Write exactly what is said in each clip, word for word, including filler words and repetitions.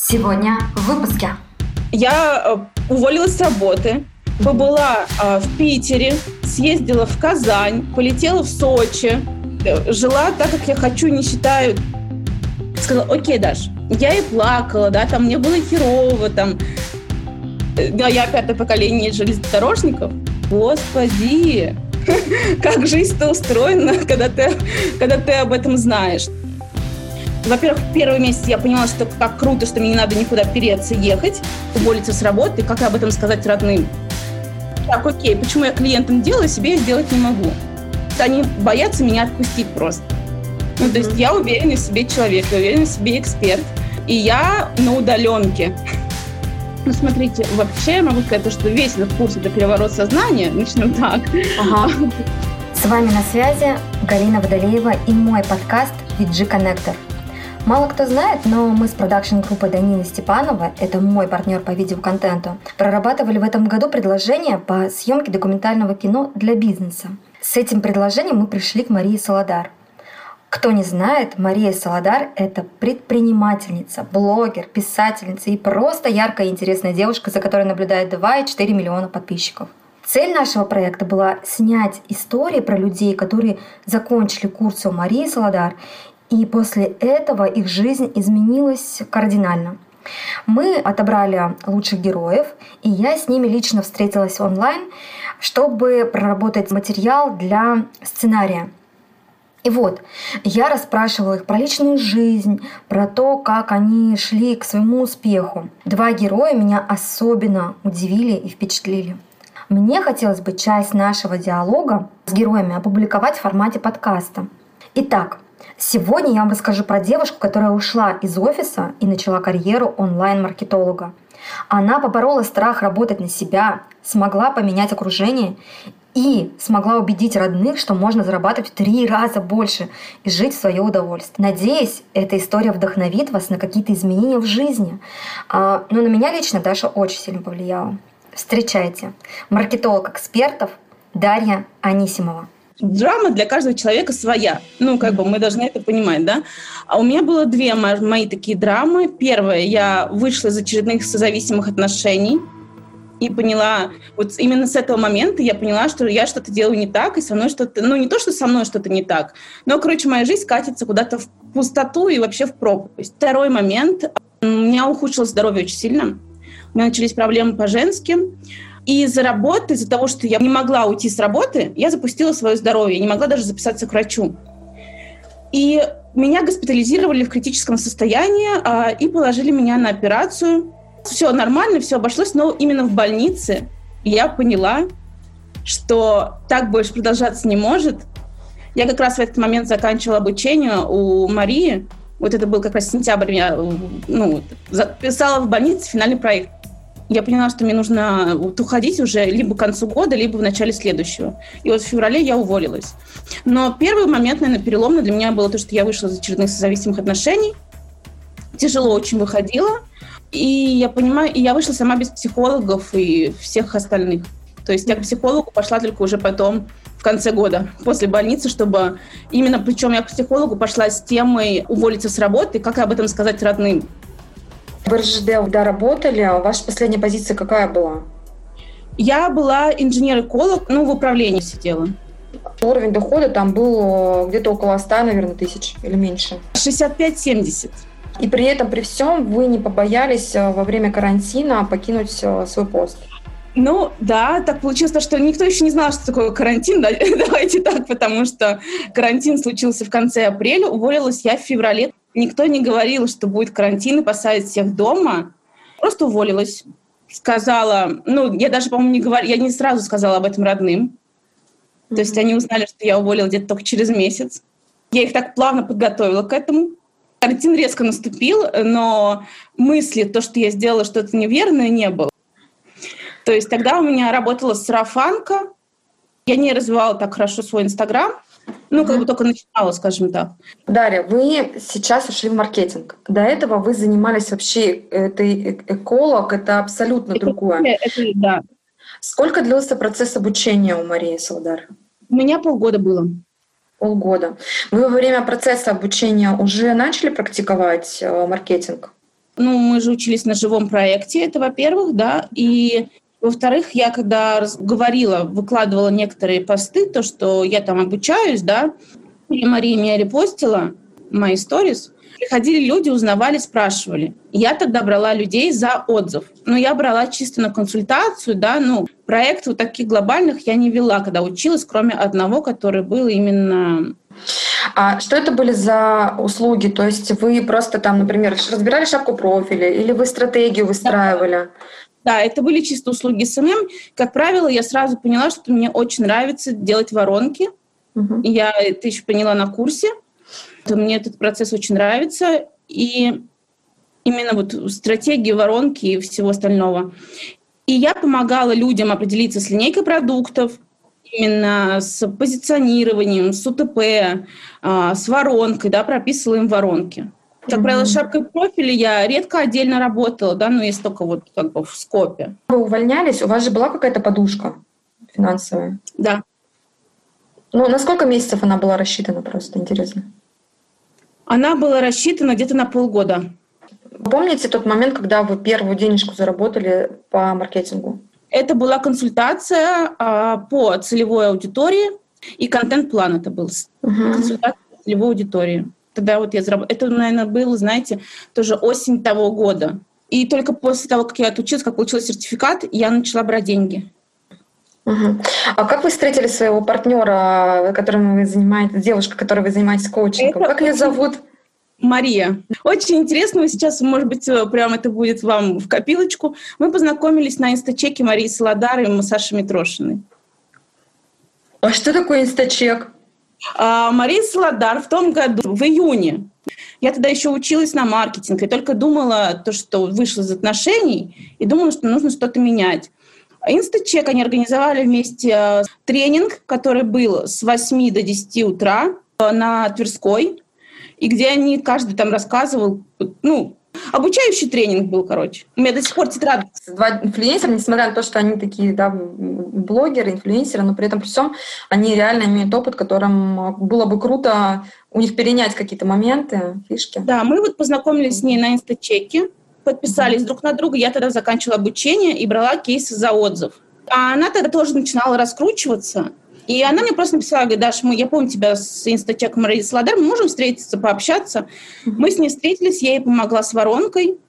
Сегодня в выпуске. Я уволилась с работы, побыла в Питере, съездила в Казань, полетела в Сочи, жила так, как я хочу, не считаю. Сказала: окей, Даш, я и плакала, да, там мне было херово, там, да, я пятое поколение железнодорожников. Господи, как жизнь-то устроена, когда ты, когда ты об этом знаешь. Во-первых, в первый месяц я поняла, что как круто, что мне не надо никуда переться, ехать, уволиться с работы, как об этом сказать родным. Так, окей, почему я клиентам делаю, себе я сделать не могу? Они боятся меня отпустить просто. Ну, то есть я уверенный в себе человек, я уверенный в себе эксперт, и я на удаленке. Ну, смотрите, вообще я могу сказать, что весь этот курс — это переворот сознания, начнем так. Ага. С вами на связи Галина Водолеева и мой подкаст ви джи Connector. Мало кто знает, но мы с продакшн-группой Данилы Степановой, это мой партнер по видеоконтенту, прорабатывали в этом году предложение по съемке документального кино для бизнеса. С этим предложением мы пришли к Марии Солодар. Кто не знает, Мария Солодар — это предпринимательница, блогер, писательница и просто яркая и интересная девушка, за которой наблюдает два и четыре миллиона подписчиков. Цель нашего проекта была снять истории про людей, которые закончили курсы у Марии Солодар, и после этого их жизнь изменилась кардинально. Мы отобрали лучших героев, и я с ними лично встретилась онлайн, чтобы проработать материал для сценария. И вот, я расспрашивала их про личную жизнь, про то, как они шли к своему успеху. Два героя меня особенно удивили и впечатлили. Мне хотелось бы часть нашего диалога с героями опубликовать в формате подкаста. Итак, сегодня я вам расскажу про девушку, которая ушла из офиса и начала карьеру онлайн-маркетолога. Она поборола страх работать на себя, смогла поменять окружение и смогла убедить родных, что можно зарабатывать в три раза больше и жить в свое удовольствие. Надеюсь, эта история вдохновит вас на какие-то изменения в жизни. Но на меня лично Даша очень сильно повлияла. Встречайте, маркетолог экспертов Дарья Анисимова. Драма для каждого человека своя. Ну, как бы мы должны это понимать, да? А у меня было две мои такие драмы. Первая, я вышла из очередных созависимых отношений и поняла, вот именно с этого момента я поняла, что я что-то делаю не так, и со мной что-то, ну, не то, что со мной что-то не так, но, короче, моя жизнь катится куда-то в пустоту и вообще в пропасть. Второй момент, у меня ухудшилось здоровье очень сильно. У меня начались проблемы по-женски. И из-за работы, из-за того, что я не могла уйти с работы, я запустила свое здоровье, не могла даже записаться к врачу. И меня госпитализировали в критическом состоянии а, и положили меня на операцию. Все нормально, все обошлось, но именно в больнице я поняла, что так больше продолжаться не может. Я как раз в этот момент заканчивала обучение у Марии. Вот это был как раз сентябрь, я ну, записала в больнице финальный проект. Я поняла, что мне нужно вот уходить уже либо к концу года, либо в начале следующего. И вот в феврале я уволилась. Но первый момент, наверное, переломный для меня было то, что я вышла из очередных созависимых отношений. Тяжело очень выходила. И я понимаю, и я вышла сама без психологов и всех остальных. То есть я к психологу пошла только уже потом, в конце года, после больницы, чтобы именно, причем я к психологу пошла с темой уволиться с работы, как об этом сказать родным. В эр жэ дэ да, работали, а ваша последняя позиция какая была? Я была инженер-эколог, ну, в управлении сидела. Уровень дохода там был где-то около ста, наверное, тысяч или меньше. шестьдесят пять семьдесят. И при этом, при всем, вы не побоялись во время карантина покинуть свой пост? Ну, да, так получилось, что никто еще не знал, что такое карантин, да? Давайте так, потому что карантин случился в конце апреля, уволилась я в феврале. Никто не говорил, что будет карантин и посадить всех дома. Просто уволилась. Сказала, ну, я даже, по-моему, не говорила, я не сразу сказала об этом родным. Mm-hmm. То есть они узнали, что я уволилась где-то только через месяц. Я их так плавно подготовила к этому. Карантин резко наступил, но мысли, то, что я сделала что-то неверное, не было. То есть тогда у меня работала сарафанка. Я не развивала так хорошо свой Инстаграм. Ну, как бы только начинала, скажем так. Дарья, вы сейчас ушли в маркетинг. До этого вы занимались вообще, это эколог, это абсолютно это, другое. Это, да. Сколько длился процесс обучения у Марии Солодар? У меня полгода было. Полгода. Вы во время процесса обучения уже начали практиковать маркетинг? Ну, мы же учились на живом проекте, это, во-первых, да, и во-вторых, я когда говорила, выкладывала некоторые посты, то, что я там обучаюсь, да, и Мария меня репостила, мои сторис, приходили люди, узнавали, спрашивали. Я тогда брала людей за отзыв. Но я брала чисто на консультацию, да, ну, проектов вот таких глобальных я не вела, когда училась, кроме одного, который был именно... А что это были за услуги? То есть вы просто там, например, разбирали шапку профиля или вы стратегию выстраивали? Да, это были чисто услуги эс эм эм. Как правило, я сразу поняла, что мне очень нравится делать воронки. Uh-huh. Я это еще поняла на курсе. Мне этот процесс очень нравится. И именно вот стратегии, воронки и всего остального. И я помогала людям определиться с линейкой продуктов, именно с позиционированием, с у тэ пэ, с воронкой, да, прописывала им воронки. Как правило, с шапкой профиля я редко отдельно работала, да, но есть только вот как бы в скопе. Вы увольнялись, у вас же была какая-то подушка финансовая? Да. Ну, на сколько месяцев она была рассчитана, просто интересно? Она была рассчитана где-то на полгода. Помните тот момент, когда вы первую денежку заработали по маркетингу? Это была консультация а, по целевой аудитории, и контент-план это был. Uh-huh. Консультация по целевой аудитории. Тогда вот я заработала. Это, наверное, было, знаете, тоже осень того года. И только после того, как я отучилась, как получила сертификат, я начала брать деньги. Uh-huh. А как вы встретили своего партнера, которым вы занимаетесь, девушка, которой вы занимаетесь коучингом? Это как ее зовут? Мария. Очень интересно, сейчас, может быть, прям это будет вам в копилочку. Мы познакомились на инстачеке Марии Солодар и Саши Митрошиной. А что такое инстачек? А, Мария Солодар в том году, в июне, я тогда еще училась на маркетинг и только думала, то, что вышла из отношений, и думала, что нужно что-то менять. Инстачек они организовали вместе тренинг, который был с восьми до десяти утра на Тверской, и где они, каждый там рассказывал, ну, обучающий тренинг был, короче. У меня до сих пор тетрадь. Два инфлюенсера, несмотря на то, что они такие, да, блогеры, инфлюенсеры, но при этом при всем они реально имеют опыт, которым было бы круто у них перенять какие-то моменты, фишки. Да, мы вот познакомились с ней на инстачеке, подписались mm-hmm. друг на друга. Я тогда заканчивала обучение и брала кейсы за отзыв. А она тогда тоже начинала раскручиваться. И она мне просто написала, говорит, Даш, мы, я помню тебя с инстачеком Марии Солодар, мы можем встретиться, пообщаться. Mm-hmm. Мы с ней встретились, я ей помогла с воронкой.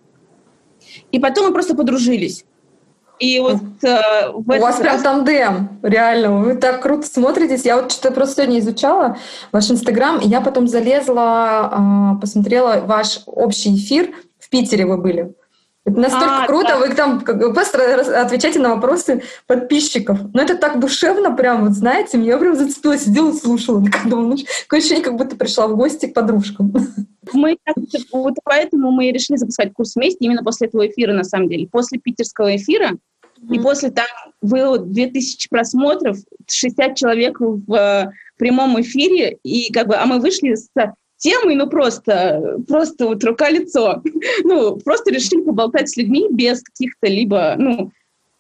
И потом мы просто подружились. И вот, э, в У вас раз... прям тандем, реально. Вы так круто смотритесь. Я вот что-то просто сегодня изучала ваш Инстаграм, и я потом залезла, э, посмотрела ваш общий эфир. В Питере вы были. Это настолько а, круто, да. Вы там быстро отвечаете на вопросы подписчиков. Но это так душевно прям, вот знаете, меня прям зацепило, сидела, слушала. Думала, такое ощущение, как будто пришла в гости к подружкам. Мы, вот поэтому мы решили запускать курс вместе именно после этого эфира, на самом деле. После питерского эфира, mm-hmm. и после там было две тысячи просмотров, шестьдесят человек в э, прямом эфире, и как бы, а мы вышли с темой, ну просто, просто вот рука-лицо. Ну, просто решили поболтать с людьми без каких-то либо, ну...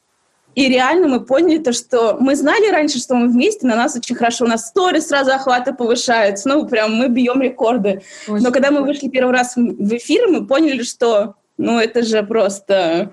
И реально мы поняли то, что мы знали раньше, что мы вместе, на нас очень хорошо, у нас сторис сразу охваты повышаются, ну, прям мы бьем рекорды. Очень Но когда мы вышли первый раз в эфир, мы поняли, что, ну, это же просто...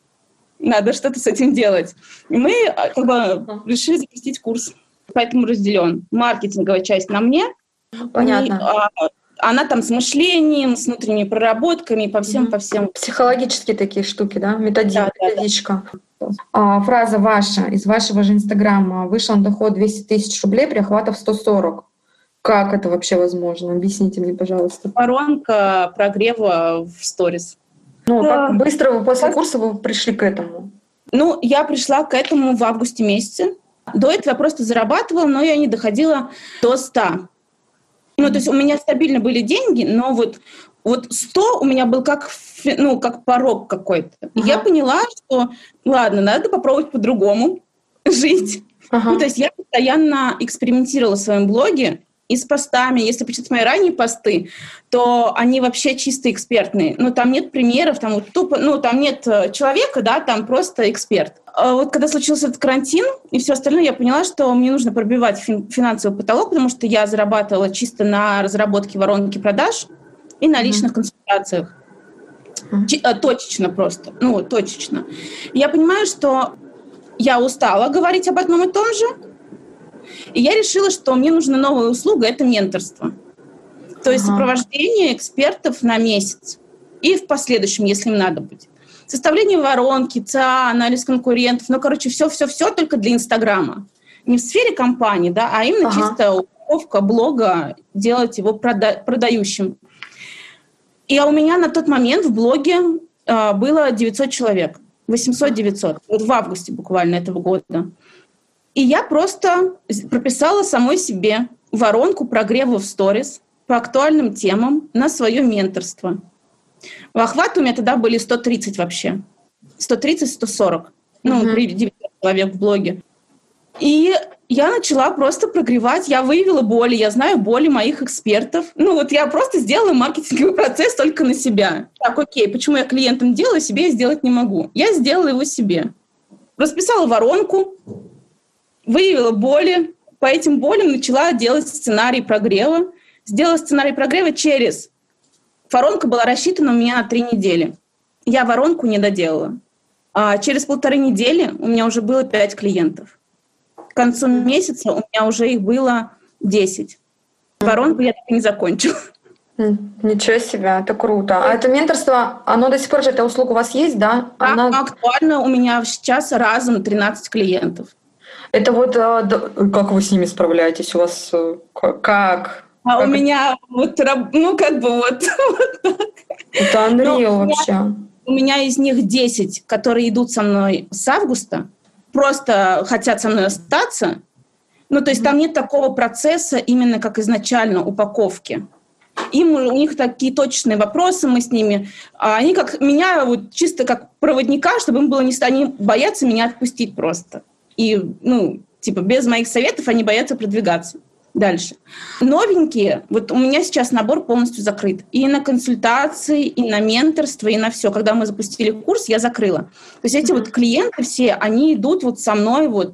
Надо что-то с этим делать. И мы как бы решили запустить курс. Поэтому разделен. Маркетинговая часть на мне. Понятно. И, а, она там с мышлением, с внутренними проработками, по всем, mm-hmm. по всем. Психологические такие штуки, да? Методи, да, методичка. Да, да. А, фраза ваша из вашего же Инстаграма. Вышел на доход двести тысяч рублей при охватах сто сорок. Как это вообще возможно? Объясните мне, пожалуйста. Воронка прогрева в сторис. Ну, да. Как быстро вы после курса вы пришли к этому? Ну, я пришла к этому в августе месяце. До этого я просто зарабатывала, но я не доходила до ста. Ну, то есть у меня стабильно были деньги, но вот, вот сто у меня был как, ну, как порог какой-то. Ага. И я поняла, что, ладно, надо попробовать по-другому жить. Ага. Ну, то есть я постоянно экспериментировала в своем блоге и с постами. Если почитать мои ранние посты, то они вообще чисто экспертные. Ну, там нет примеров, там вот тупо, ну, там нет человека, да, там просто эксперт. А вот когда случился этот карантин и все остальное, я поняла, что мне нужно пробивать фин- финансовый потолок, потому что я зарабатывала чисто на разработке воронки продаж и на личных mm-hmm. консультациях. Uh-huh. Точечно просто, ну, точечно. Я понимаю, что я устала говорить об одном и том же, и я решила, что мне нужна новая услуга — это менторство. То uh-huh. есть сопровождение экспертов на месяц. И в последующем, если им надо будет. Составление воронки, ЦА, анализ конкурентов, ну, короче, все-все-все только для Инстаграма. Не в сфере компании, да, а именно uh-huh. чисто упаковка блога, делать его прода- продающим. И у меня на тот момент в блоге э, было девятьсот человек, восемьсот-девятьсот, вот в августе буквально этого года. И я просто прописала самой себе воронку прогрева в сторис по актуальным темам на свое менторство. В охват у меня тогда были сто тридцать вообще. сто тридцать - сто сорок. Ну, uh-huh. девятьсот человек в блоге. И я начала просто прогревать. Я выявила боли, я знаю боли моих экспертов. Ну, вот я просто сделала маркетинговый процесс только на себя. Так, окей, почему я клиентам делаю, себе я сделать не могу? Я сделала его себе. Расписала воронку, выявила боли. По этим болям начала делать сценарий прогрева. Сделала сценарий прогрева через... Воронка была рассчитана у меня на три недели. Я воронку не доделала. А через полторы недели у меня уже было пять клиентов. К концу месяца у меня уже их было десять. Воронку я так и не закончила. Ничего себе, это круто. А это менторство, оно до сих пор же, эта услуга у вас есть, да? Да, Она... актуально у меня сейчас разом тринадцать клиентов. Это вот как вы с ними справляетесь? У вас как? А как у меня вот, ну как бы вот, вот так. Это Unreal вообще. Меня, у меня из них десять, которые идут со мной с августа, просто хотят со мной остаться. Ну, то есть mm-hmm. там нет такого процесса именно как изначально упаковки. Им, у них такие точные вопросы, мы с ними. А они как меня вот чисто как проводника, чтобы им было не... Они боятся меня отпустить просто. И, ну, типа, без моих советов они боятся продвигаться дальше. Новенькие, вот у меня сейчас набор полностью закрыт. И на консультации, и на менторство, и на все. Когда мы запустили курс, я закрыла. То есть эти mm-hmm. вот клиенты все, они идут вот со мной вот,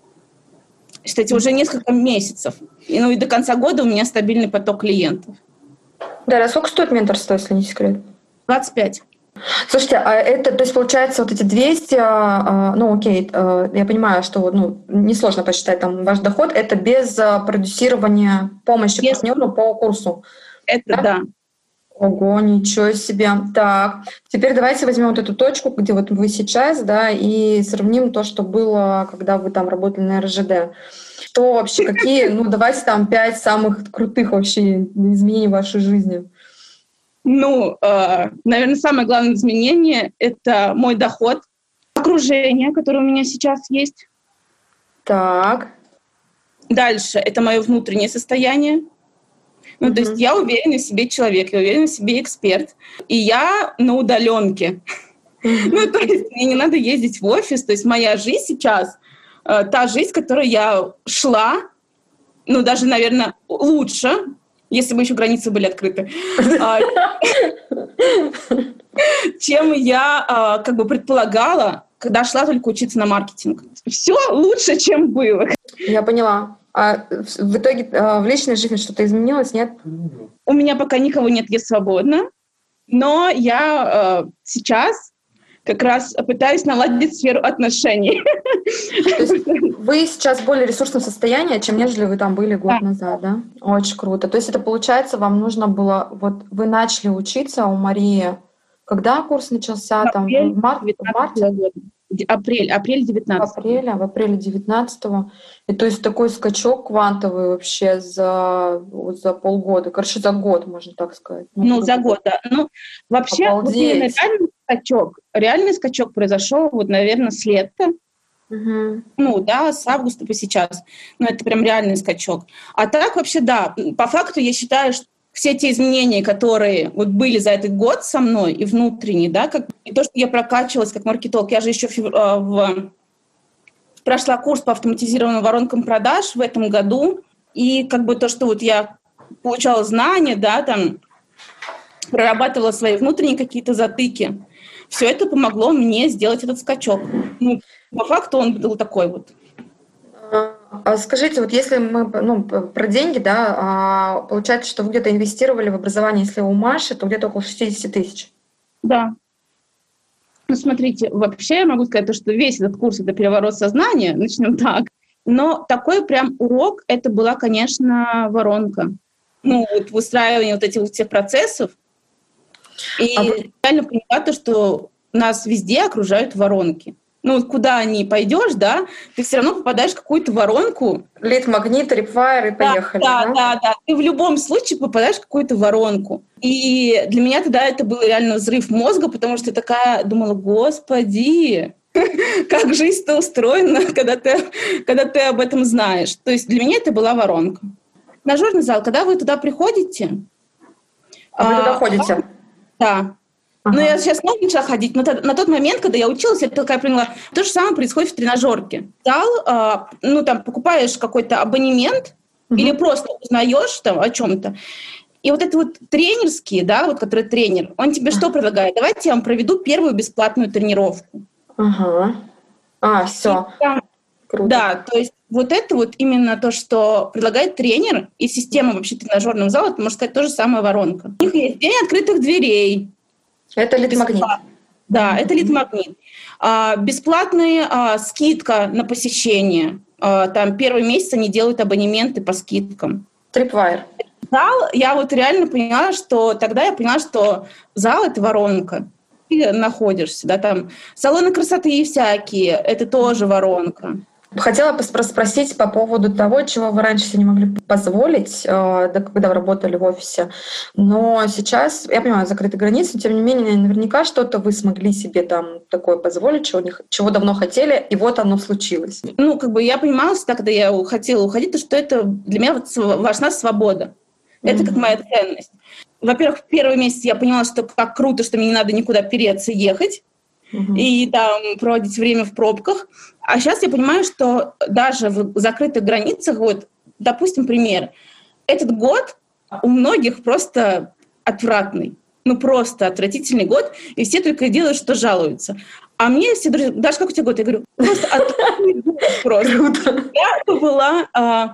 кстати, уже несколько месяцев. И, ну и до конца года у меня стабильный поток клиентов. Да, а сколько стоит менторство, если не секрет? двадцать пять. Слушайте, а это, то есть, получается, вот эти двести, ну, окей, я понимаю, что, ну, несложно посчитать там ваш доход, это без продюсирования помощи без... партнеру по курсу. Это да? да. Ого, ничего себе. Так, теперь давайте возьмем вот эту точку, где вот вы сейчас, да, и сравним то, что было, когда вы там работали на эр жэ дэ. Что вообще, какие, ну, давайте там пять самых крутых вообще изменений в вашей жизни. Ну, э, наверное, самое главное изменение — это мой доход, окружение, которое у меня сейчас есть. Так. Дальше — это мое внутреннее состояние. Ну, mm-hmm. то есть я уверенный в себе человек, я уверенный в себе эксперт, и я на удаленке. Mm-hmm. Ну, то есть мне не надо ездить в офис, то есть моя жизнь сейчас, э, та жизнь, к которой я шла, ну, даже, наверное, лучше, если бы еще границы были открыты, чем я как бы предполагала, когда шла только учиться на маркетинг. Все лучше, чем было. Я поняла. А в итоге в личной жизни что-то изменилось, нет? У меня пока никого нет, я свободна, но я сейчас как раз пытаюсь наладить сферу отношений. То есть вы сейчас в более ресурсном состоянии, чем нежели вы там были год да. назад, да? Очень круто. То есть это, получается, вам нужно было... Вот вы начали учиться у Марии. Когда курс начался? В там, апрель, в, март, в марте? Года. Апрель, апрель девятнадцатого. В апреле, в апреле девятнадцатого. И то есть такой скачок квантовый вообще за, вот, за полгода. Короче, за год, можно так сказать. Ну, ну за год, да. Ну, вообще, вот реальный скачок, реальный скачок произошел, вот, наверное, с лета. Угу. Ну, да, с августа по сейчас. Ну, это прям реальный скачок. А так вообще, да, по факту я считаю, что все те изменения, которые вот были за этот год со мной и внутренние, да, как и то, что я прокачивалась как маркетолог, я же еще в, в, прошла курс по автоматизированным воронкам продаж в этом году, и как бы то, что вот я получала знания, да, там, прорабатывала свои внутренние какие-то затыки, все это помогло мне сделать этот скачок. Ну, по факту он был такой вот. А скажите, вот если мы ну, про деньги, да, получается, что вы где-то инвестировали в образование, если у Маши, то где-то около шестьдесят тысяч. Да. Ну, смотрите, вообще я могу сказать, что весь этот курс — это переворот сознания, начнем так. Но такой прям урок — это была, конечно, воронка. Ну, вот выстраивание вот этих всех процессов. И а вы... реально поняла то, что нас везде окружают воронки. Ну, куда ни пойдешь, да, ты все равно попадаешь в какую-то воронку. Лид-магнит, репфайр и поехали. Да, да, да, да, да. Ты в любом случае попадаешь в какую-то воронку. И для меня тогда это был реально взрыв мозга, потому что я такая думала, господи, как жизнь-то устроена, когда ты, когда ты об этом знаешь. То есть для меня это была воронка. Тренажерный зал, когда вы туда приходите... А вы туда а, ходите? Да. Ага. Но я сейчас снова начала ходить. Но на тот момент, когда я училась, я такая поняла, то же самое происходит в тренажерке. Зал, а, ну там покупаешь какой-то абонемент угу. или просто узнаешь там о чем-то. И вот это вот тренерские, да, вот который тренер, он тебе что предлагает? Давайте я вам проведу первую бесплатную тренировку. Ага. А, все. Там, Круто. Да, то есть вот это вот именно то, что предлагает тренер и система вообще тренажерного зала, это, можно сказать, тоже самая воронка. У них есть день открытых дверей. Это лид-магнит. Да, это лид-магнит. А, бесплатная а, скидка на посещение. А, там первый месяц они делают абонементы по скидкам. Tripwire. Зал, я вот реально поняла, что тогда я поняла, что зал — это воронка. Ты находишься, да, там салоны красоты всякие, это тоже воронка. Хотела спросить по поводу того, чего вы раньше себе не могли позволить, когда вы работали в офисе. Но сейчас, я понимаю, закрыты границы, но тем не менее, наверняка что-то вы смогли себе там такое позволить, чего, не, чего давно хотели, и вот оно случилось. Ну, как бы я понимала, когда я хотела уходить, что это для меня важна свобода. Это mm-hmm. как моя ценность. Во-первых, в первый месяц я поняла, что как круто, что мне не надо никуда переться, ехать. Uh-huh. И там проводить время в пробках. А сейчас я понимаю, что даже в закрытых границах, вот, допустим, пример, этот год у многих просто отвратный. Ну, просто отвратительный год, и все только и делают, что жалуются. А мне все друзья, Даша, как у тебя год? Я говорю, просто отвратный год просто. Я побыла,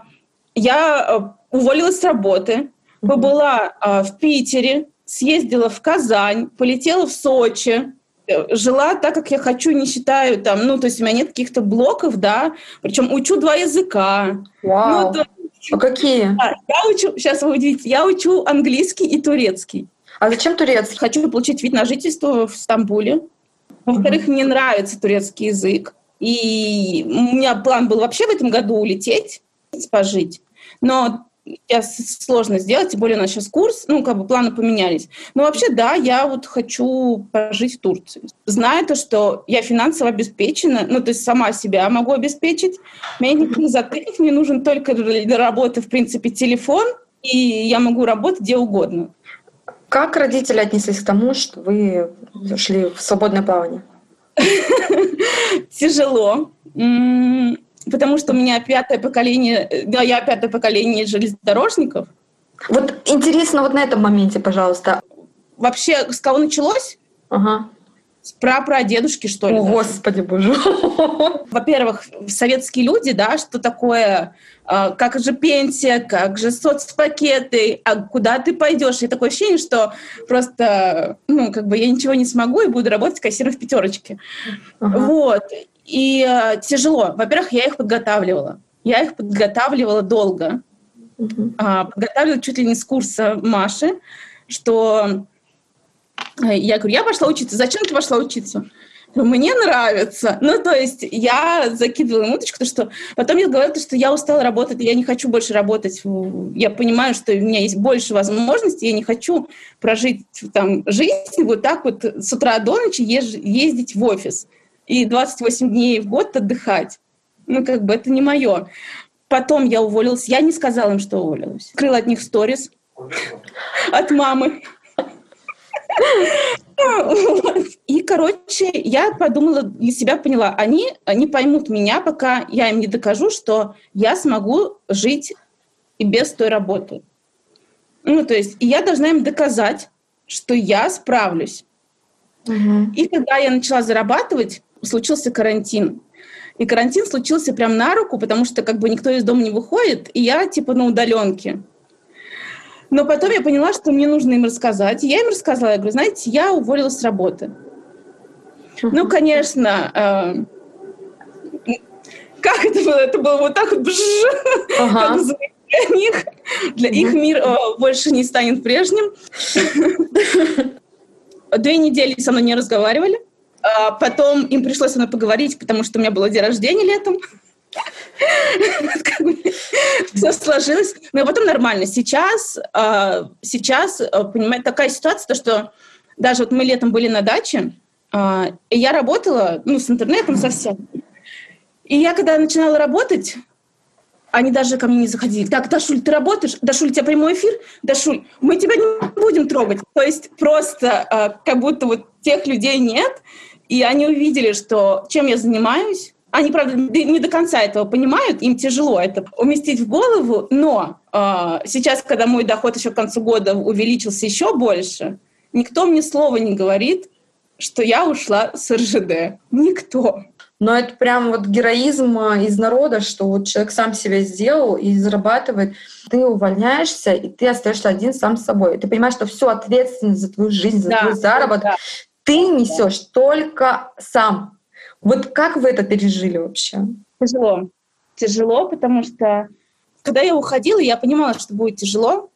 я уволилась с работы, побыла в Питере, съездила в Казань, полетела в Сочи, жила так, как я хочу, не считаю там, ну, то есть у меня нет каких-то блоков, да, причем учу два языка. Вау, ну, то, а какие? Да, я учу, сейчас вы увидите, я учу английский и турецкий. А зачем турецкий? Хочу получить вид на жительство в Стамбуле. Во-вторых, uh-huh. мне нравится турецкий язык. И у меня план был вообще в этом году улететь, пожить. Но сейчас сложно сделать, тем более у нас сейчас курс, ну, как бы планы поменялись. Но вообще, да, я вот хочу пожить в Турции. Знаю то, что я финансово обеспечена, ну, то есть сама себя могу обеспечить. У меня никаких затыков, мне нужен только для работы, в принципе, телефон, и я могу работать где угодно. Как родители отнеслись к тому, что вы шли в свободное плавание? Тяжело. Потому что у меня пятое поколение, да, я пятое поколение железнодорожников. Вот интересно вот на этом моменте, пожалуйста. Вообще, с кого началось? Ага. С прапрадедушки, что ли? О, даже. Господи боже. Во-первых, советские люди, да, что такое, как же пенсия, как же соцпакеты, а куда ты пойдешь? И такое ощущение, что просто, ну, как бы я ничего не смогу и буду работать кассиром в пятерочке. Ага. Вот. И э, тяжело. Во-первых, я их подготавливала. Я их подготавливала долго. Uh-huh. А, подготавливала чуть ли не с курса Маши, что я говорю, я пошла учиться. Зачем ты пошла учиться? Мне нравится. Ну, то есть я закидывала ему удочку, то, что потом я говорила, что я устала работать, я не хочу больше работать. Я понимаю, что у меня есть больше возможностей, я не хочу прожить там жизнь вот так вот с утра до ночи езж- ездить в офис. И двадцать восемь дней в год отдыхать. Ну, как бы это не мое. Потом я уволилась. Я не сказала им, что уволилась. Скрыла от них сторис. От мамы. И, короче, я подумала, для себя поняла, они не поймут меня, пока я им не докажу, что я смогу жить и без той работы. Ну, то есть, и я должна им доказать, что я справлюсь. Угу. И когда я начала зарабатывать, случился карантин. И карантин случился прям на руку, потому что как бы никто из дома не выходит, и я типа на удаленке. Но потом я поняла, что мне нужно им рассказать. Я им рассказала, я говорю, знаете, я уволилась с работы. Ну, конечно, э, как это было? Это было вот так вот, бжж, ага. Как для них. Для их мир э, больше не станет прежним. Две недели со мной не разговаривали. А потом им пришлось со мной поговорить, потому что у меня был день рождения летом. Все сложилось. Но потом нормально. Сейчас, сейчас, понимаете, такая ситуация, что даже вот мы летом были на даче, и я работала, ну, с интернетом совсем. И я, когда начинала работать, они даже ко мне не заходили. Так, Дашуль, ты работаешь? Дашуль, у тебя прямой эфир? Дашуль, мы тебя не будем трогать. То есть просто как будто вот тех людей нет, и они увидели, что чем я занимаюсь. Они, правда, не до конца этого понимают, им тяжело это уместить в голову, но э, сейчас, когда мой доход еще к концу года увеличился еще больше, никто мне слова не говорит, что я ушла с эр жэ дэ. Никто. Но это прям вот героизм из народа, что вот человек сам себя сделал и зарабатывает. Ты увольняешься, и ты остаешься один сам с собой. Ты понимаешь, что всю ответственность за твою жизнь, за да, твой заработок да. ты несешь да. только сам. Вот как вы это пережили вообще? Тяжело. Тяжело, потому что когда я уходила, я понимала, что будет тяжело.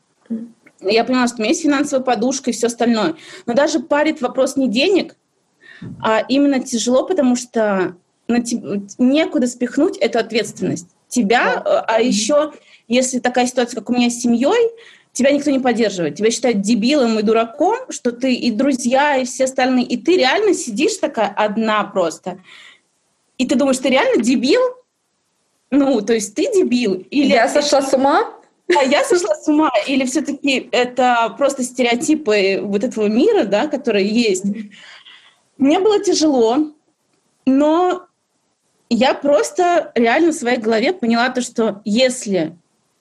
Я понимала, что у меня есть финансовая подушка и все остальное. Но даже парит вопрос не денег, а именно тяжело, потому что некуда спихнуть эту ответственность. Тебя, а еще, если такая ситуация, как у меня с семьей, тебя никто не поддерживает. Тебя считают дебилом и дураком, что ты и друзья, и все остальные. И ты реально сидишь такая одна просто. И ты думаешь, ты реально дебил? Ну, то есть ты дебил? Или я сошла с ума? Да, я сошла с ума. Или все-таки это просто стереотипы вот этого мира, да, которые есть. Мне было тяжело, но я просто реально в своей голове поняла то, что если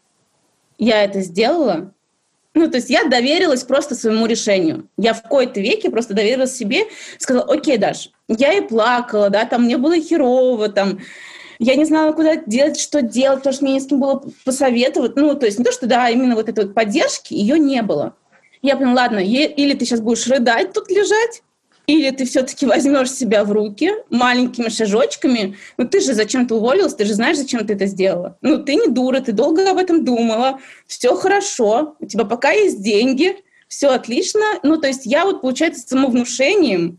я это сделала, ну, то есть я доверилась просто своему решению. Я в кои-то веке просто доверилась себе, сказала, окей, Даш, я и плакала, да, там мне было херово, там, я не знала, куда делать, что делать, потому что мне не с кем было посоветовать. Ну, то есть не то, что, да, именно вот этой вот поддержки, ее не было. Я поняла, ладно, или ты сейчас будешь рыдать тут лежать, или ты все-таки возьмешь себя в руки маленькими шажочками. Ну ты же зачем-то уволилась, ты же знаешь, зачем ты это сделала. Ну ты не дура, ты долго об этом думала, все хорошо, у тебя пока есть деньги, все отлично. Ну то есть я вот, получается, самовнушением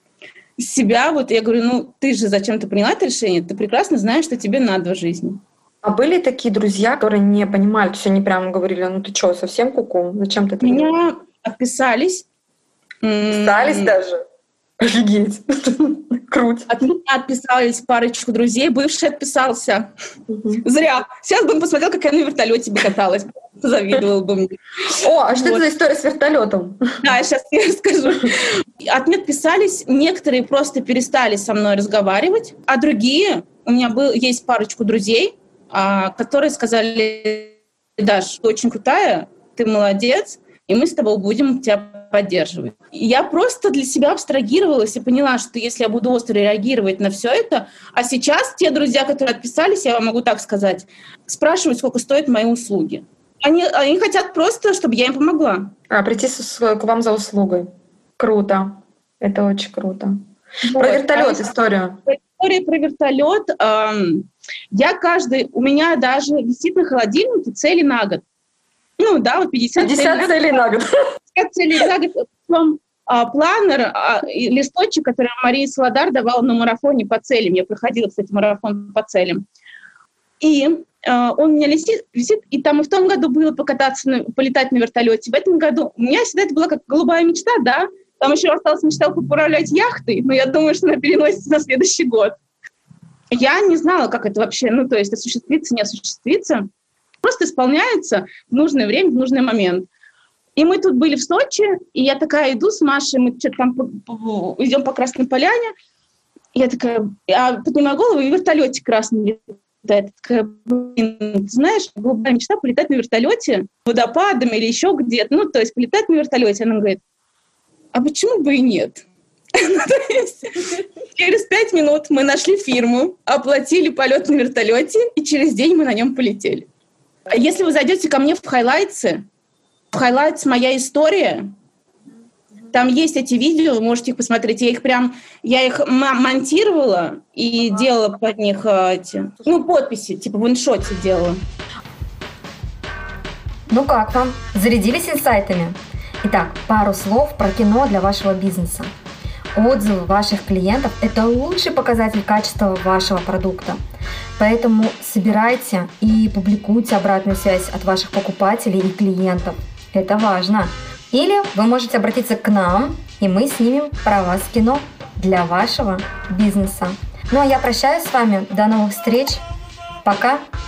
себя, вот я говорю, ну ты же зачем-то приняла это решение, ты прекрасно знаешь, что тебе надо в жизни. А были такие друзья, которые не понимали, то есть они прямо говорили, ну ты что, совсем куку? Зачем ты это Меня делаешь? отписались. Писались м- даже? Офигеть. Круть. От меня отписались парочку друзей. Бывший отписался. Угу. Зря. Сейчас бы он посмотрел, как я на вертолете бы каталась. Завидовал бы мне. О, а вот. Что это за история с вертолетом? Да, сейчас я расскажу. От меня отписались. Некоторые просто перестали со мной разговаривать, а другие, у меня был, есть парочку друзей, которые сказали, Даш, ты очень крутая, ты молодец, и мы с тобой будем тебя поддерживать. Я просто для себя абстрагировалась и поняла, что если я буду остро реагировать на все это, а сейчас те друзья, которые отписались, я вам могу так сказать, спрашивают, сколько стоят мои услуги. Они, они хотят просто, чтобы я им помогла. А, прийти с, к вам за услугой. Круто. Это очень круто. Вот. Про вертолет а историю. История про вертолет. Эм, я каждый... У меня даже висит на холодильнике цели на год. Ну да, вот пятьдесят, пятьдесят целей на год. пятьдесят целей на год. Потом а, планер, а, листочек, который Мария Солодар давала на марафоне по целям. Я проходила, кстати, марафон по целям. И а, он у меня висит, висит, и там и в том году было покататься, на, полетать на вертолете. В этом году у меня всегда это была как голубая мечта, да. Там еще осталась мечта управлять яхтой, но я думаю, что она переносится на следующий год. Я не знала, как это вообще, ну, то есть осуществится, не осуществится. Просто исполняется в нужное время, в нужный момент. И мы тут были в Сочи, и я такая иду с Машей, мы что-то там идем по Красной Поляне, и я такая, я поднимаю голову, и вертолетик красный летает. Такая, блин, ты знаешь, голубая мечта полетать на вертолете водопадом или еще где-то, ну, то есть полетать на вертолете. Она говорит, а почему бы и нет? Через пять минут мы нашли фирму, оплатили полет на вертолете, и через день мы на нем полетели. Если вы зайдете ко мне в хайлайтсы, Highlights «Моя история». Там есть эти видео, вы можете их посмотреть. Я их прям, я их м- монтировала и ага. делала под них эти, ну, подписи, типа в иншоте делала. Ну как вам? Зарядились инсайтами? Итак, пару слов про кино для вашего бизнеса. Отзывы ваших клиентов – это лучший показатель качества вашего продукта. Поэтому собирайте и публикуйте обратную связь от ваших покупателей и клиентов. Это важно. Или вы можете обратиться к нам, и мы снимем про вас кино для вашего бизнеса. Ну а я прощаюсь с вами. До новых встреч. Пока.